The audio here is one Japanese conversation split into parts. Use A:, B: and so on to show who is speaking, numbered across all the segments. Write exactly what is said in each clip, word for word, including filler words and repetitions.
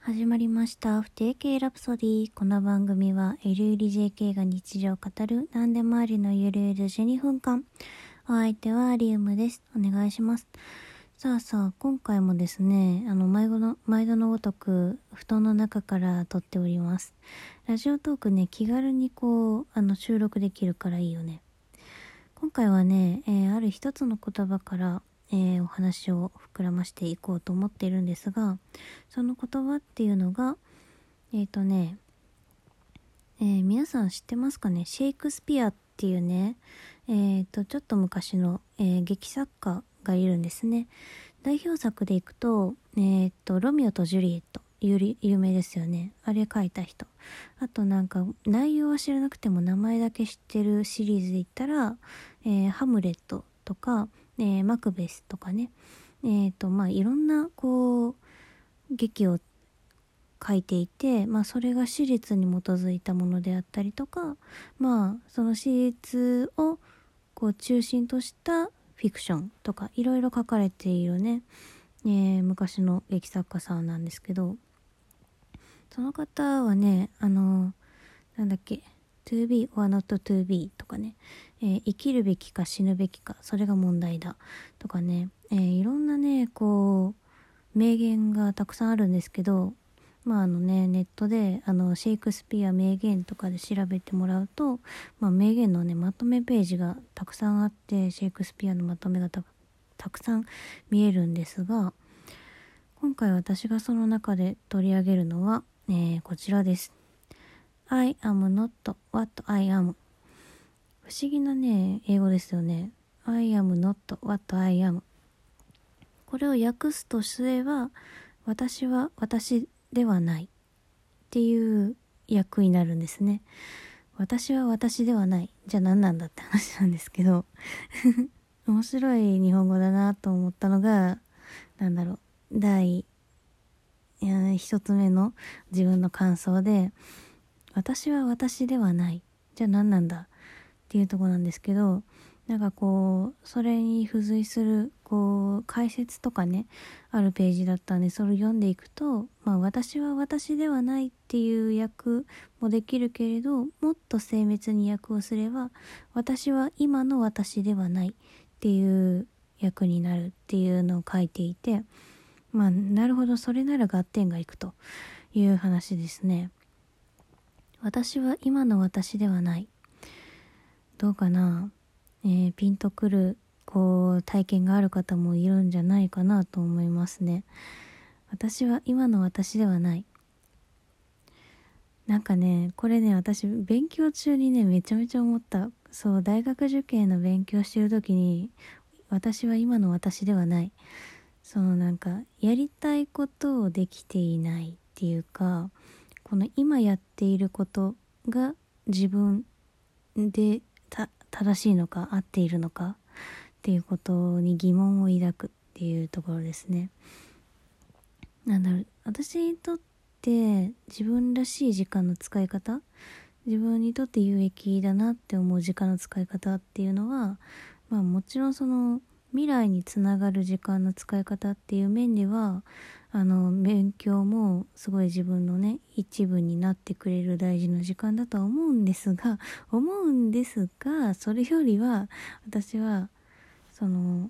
A: 始まりました不定形ラプソディ。この番組はゆるゆり ジェーケー が日常を語る何でもありのゆるゆるじゅうにふんかん。お相手はリウムです。お願いします。さあさあ、今回もですね、あの毎度の毎度のごとく布団の中から撮っております。ラジオトークね、気軽にこうあの収録できるからいいよね。今回はね、えーある一つの言葉から、えーお話を膨らましていこうと思っているんですが、その言葉っていうのがえっ、とね、えー皆さん知ってますかね。シェイクスピアっていうね、えっ、とちょっと昔の、えー劇作家がいるんですね。代表作でいくと、えっ、とロミオとジュリエット、有り有名ですよね。あれ書いた人。あとなんか内容は知らなくても名前だけ知ってるシリーズで言ったら、えーハムレットとか、えーマクベスとかね。えっ、とまあいろんなこう劇を書いていて、まあ、それが史実に基づいたものであったりとか、まあ、その史実をこう中心としたフィクションとかいろいろ書かれているね、えー昔の劇作家さんなんですけど、その方はね、あのなんだっけ to be or not to be とかね、えー生きるべきか死ぬべきかそれが問題だとかね、えーいろんなねこう名言がたくさんあるんですけど、まああのねネットであのシェイクスピア名言とかで調べてもらうと、まあ、名言のねまとめページがたくさんあって、シェイクスピアのまとめがたたくさん見えるんですが、今回私がその中で取り上げるのは、えーこちらです。I am not what I am。 不思議なね英語ですよね。 I am not what I am。 これを訳すとすれば、私は私ではないっていう訳になるんですね。私は私ではない、じゃあ何なんだって話なんですけど面白い日本語だなと思ったのが、なんだろう、第いや一つ目の自分の感想で、私は私ではない、じゃあ何なんだっていうところなんですけど、なんかこうそれに付随するこう解説とかねあるページだったんで、それを読んでいくと、まあ私は私ではないっていう訳もできるけれど、もっと精密に訳をすれば、私は今の私ではないっていう訳になるっていうのを書いていて、まあなるほど、それなら合点がいくという話ですね。私は今の私ではない。どうかな、えー、ピンとくるこう体験がある方もいるんじゃないかなと思いますね。私は今の私ではない。なんかね、これね、私勉強中にねめちゃめちゃ思った。そう、大学受験の勉強してる時に、私は今の私ではない。そのなんかやりたいことをできていないっていうか、この今やっていることが自分でた正しいのか合っているのかっていうことに疑問を抱くっていうところですね。なんだろう、私にとって自分らしい時間の使い方、自分にとって有益だなって思う時間の使い方っていうのは、まあもちろんその未来につながる時間の使い方っていう面では、あの勉強もすごい自分のね一部になってくれる大事な時間だとは思うんですが思うんですがそれよりは私はその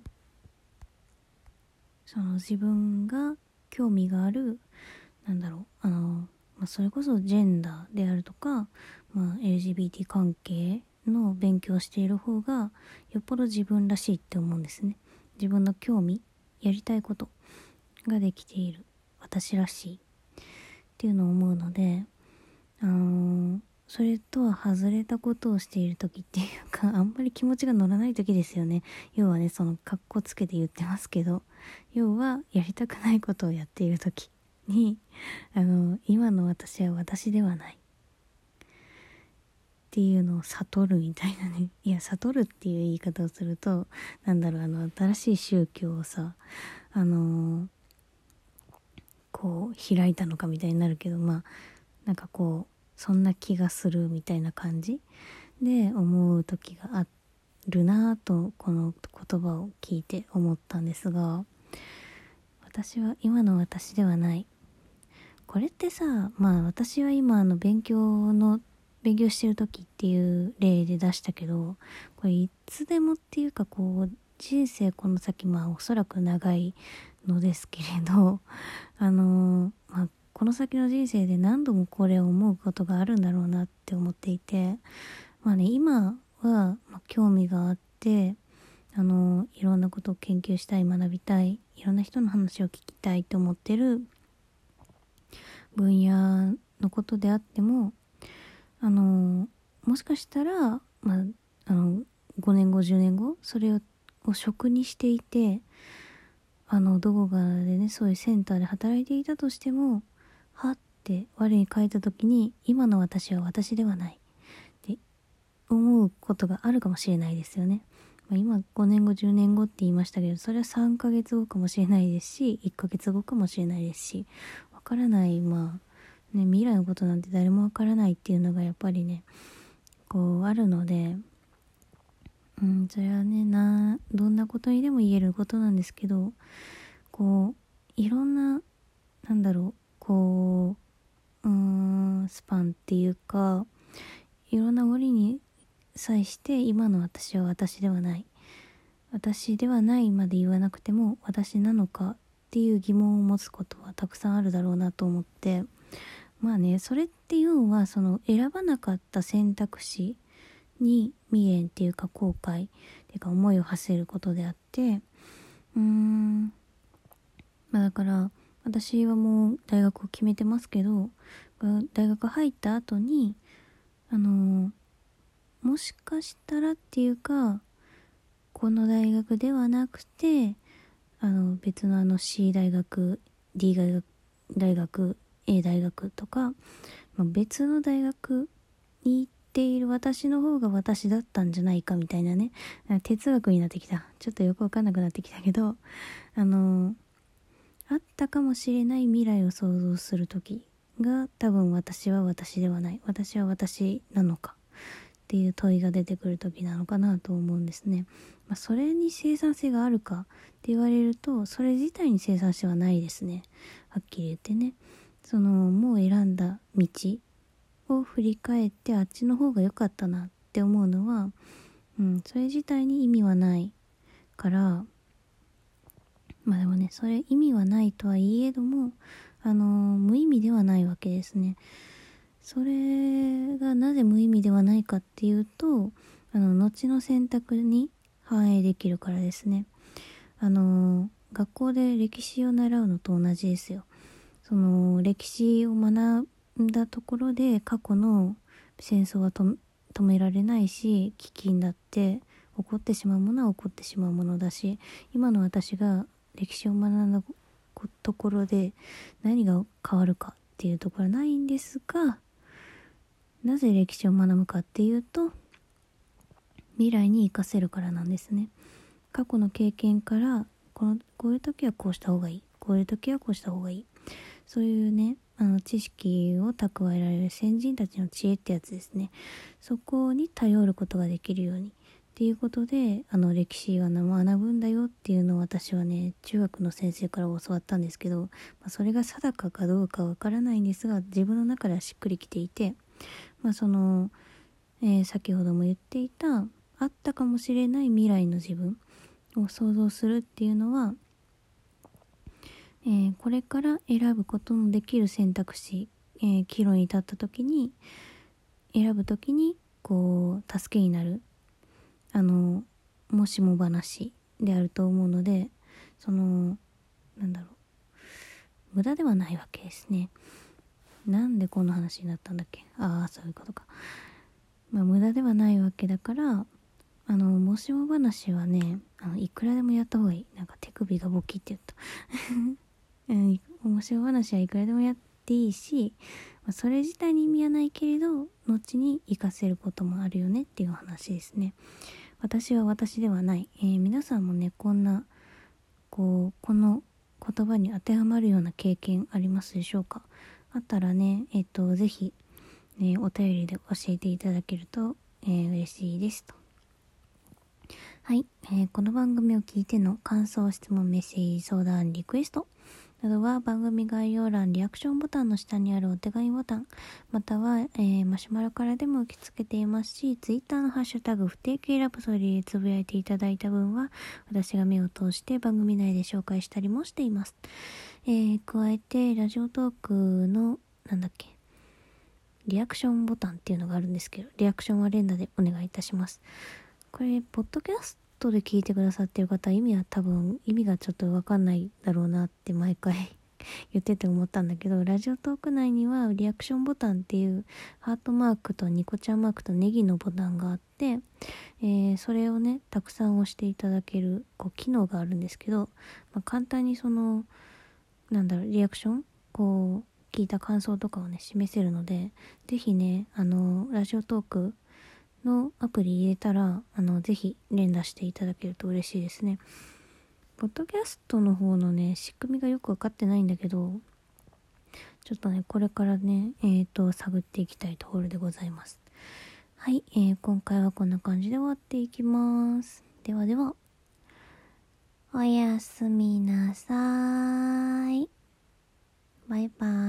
A: その自分が興味がある、なんだろう、あの、まあ、それこそジェンダーであるとか、まあ、エルジービーティー 関係の勉強をしている方がよっぽど自分らしいって思うんですね。自分の興味、やりたいことができている私らしいっていうのを思うので、あのーそれとは外れたことをしている時っていうか、あんまり気持ちが乗らない時ですよね。要はね、そのカッコつけて言ってますけど、要はやりたくないことをやっている時に、あの今の私は私ではないっていうのを悟るみたいなね。いや、悟るっていう言い方をすると、なんだろう、あの新しい宗教をさ、あのーこう開いたのかみたいになるけど、まあなんかこうそんな気がするみたいな感じで思う時があるなぁと、この言葉を聞いて思ったんですが、私は今の私ではない。 これってさ、まあ私は今あの勉強の勉強してる時っていう例で出したけど、これいつでもっていうかこう人生この先まあおそらく長いのですけれど、あのまあこの先の人生で何度もこれを思うことがあるんだろうなって思っていて、まあね今はまあ興味があって、あのいろんなことを研究したい、学びたい、いろんな人の話を聞きたいと思ってる分野のことであっても、あのもしかしたら、まあ、あのごねんごじゅうねんごそれを職にしていて、あのどこかでねそういうセンターで働いていたとしても、はって我に返った時に今の私は私ではないって思うことがあるかもしれないですよね。まあ、今ごねんごじゅうねんごって言いましたけど、それはさんかげつごかもしれないですし、いっかげつごかもしれないですし、わからない。まあね、未来のことなんて誰もわからないっていうのがやっぱりねこうあるので、うんそれはねなどんなことにでも言えることなんですけど、こういろんななんだろうこううーんスパンっていうか、いろんな折に際して今の私は私ではない、私ではないまで言わなくても私なのかっていう疑問を持つことはたくさんあるだろうなと思って、まあねそれっていうのはその選ばなかった選択肢に未練っていうか後悔っていうか思いを馳せることであって、うーんまあだから私はもう大学を決めてますけど、大学入った後にあのもしかしたらっていうか、この大学ではなくてあの別のあの C 大学 D 大学大学 A 大学とか、まあ、別の大学に行っている私の方が私だったんじゃないかみたいなね、哲学になってきた。ちょっとよくわかんなくなってきたけど、あのあったかもしれない未来を想像する時が多分私は私ではない、私は私なのかっていう問いが出てくる時なのかなと思うんですね。まあ、それに生産性があるかって言われると、それ自体に生産性はないですね。はっきり言ってね。そのもう選んだ道を振り返ってあっちの方が良かったなって思うのは、うん、それ自体に意味はないから、まあでもね、それ意味はないとはいえども、あのー、無意味ではないわけですね。それがなぜ無意味ではないかっていうと、あの後の選択に反映できるからですね。あの学校で歴史を習うのと同じですよ。その歴史を学んだところで過去の戦争はと止められないし、飢饉だって起こってしまうものは起こってしまうものだし、今の私が歴史を学んだところで何が変わるかっていうところはないんですが、なぜ歴史を学ぶかっていうと、未来に活かせるからなんですね。過去の経験からこのこういう時はこうした方がいい、こういう時はこうした方がいい、そういうねあの知識を蓄えられる先人たちの知恵ってやつですね。そこに頼ることができるようにっていうことで、あの歴史は学ぶんだよっていうのを私はね中学の先生から教わったんですけど、まあ、それが定かかどうかわからないんですが、自分の中ではしっくりきていて、まあその、えー、先ほども言っていたあったかもしれない未来の自分を想像するっていうのは、えー、これから選ぶことのできる選択肢、えー、岐路に立った時に選ぶ時にこう助けになるあのもしも話であると思うので、そのなんだろう無駄ではないわけですね。なんでこの話になったんだっけ。ああそういうことか。まあ無駄ではないわけだから、あのもしも話はねあのいくらでもやった方がいい。なんか手首がボキって言ったうん、面白い話はいくらでもやっていいし、まあ、それ自体に意味はないけれど後に活かせることもあるよねっていう話ですね。私は私ではない、えー、皆さんもねこんなこうこの言葉に当てはまるような経験ありますでしょうか。あったらねえっ、ー、とぜひ、ね、お便りで教えていただけると、えー、嬉しいですと。はい、えー、この番組を聞いての感想、質問、メッセージ、相談、リクエストなどは番組概要欄リアクションボタンの下にあるお手紙ボタン、または、えー、マシュマロからでも受け付けていますし、ツイッターのハッシュタグ不定期ラプソディでつぶやいていただいた分は、私が目を通して番組内で紹介したりもしています。えー、加えて、ラジオトークの、なんだっけ、リアクションボタンっていうのがあるんですけど、リアクションは連打でお願いいたします。これ、ポッドキャストで聞いてくださってる方、意味は多分、意味がちょっとわかんないだろうなって毎回言ってて思ったんだけど、ラジオトーク内にはリアクションボタンっていうハートマークとニコちゃんマークとネギのボタンがあって、えー、それをね、たくさん押していただけるこう機能があるんですけど、まあ、簡単にその、なんだろう、リアクションこう、聞いた感想とかをね、示せるので、ぜひね、あの、ラジオトークのアプリ入れたら、あの、ぜひ連打していただけると嬉しいですね。ポッドキャストの方のね、仕組みがよくわかってないんだけど、ちょっとね、これからね、えっと、探っていきたいところでございます。はい、えー、今回はこんな感じで終わっていきます。ではでは、おやすみなさーい。バイバーイ。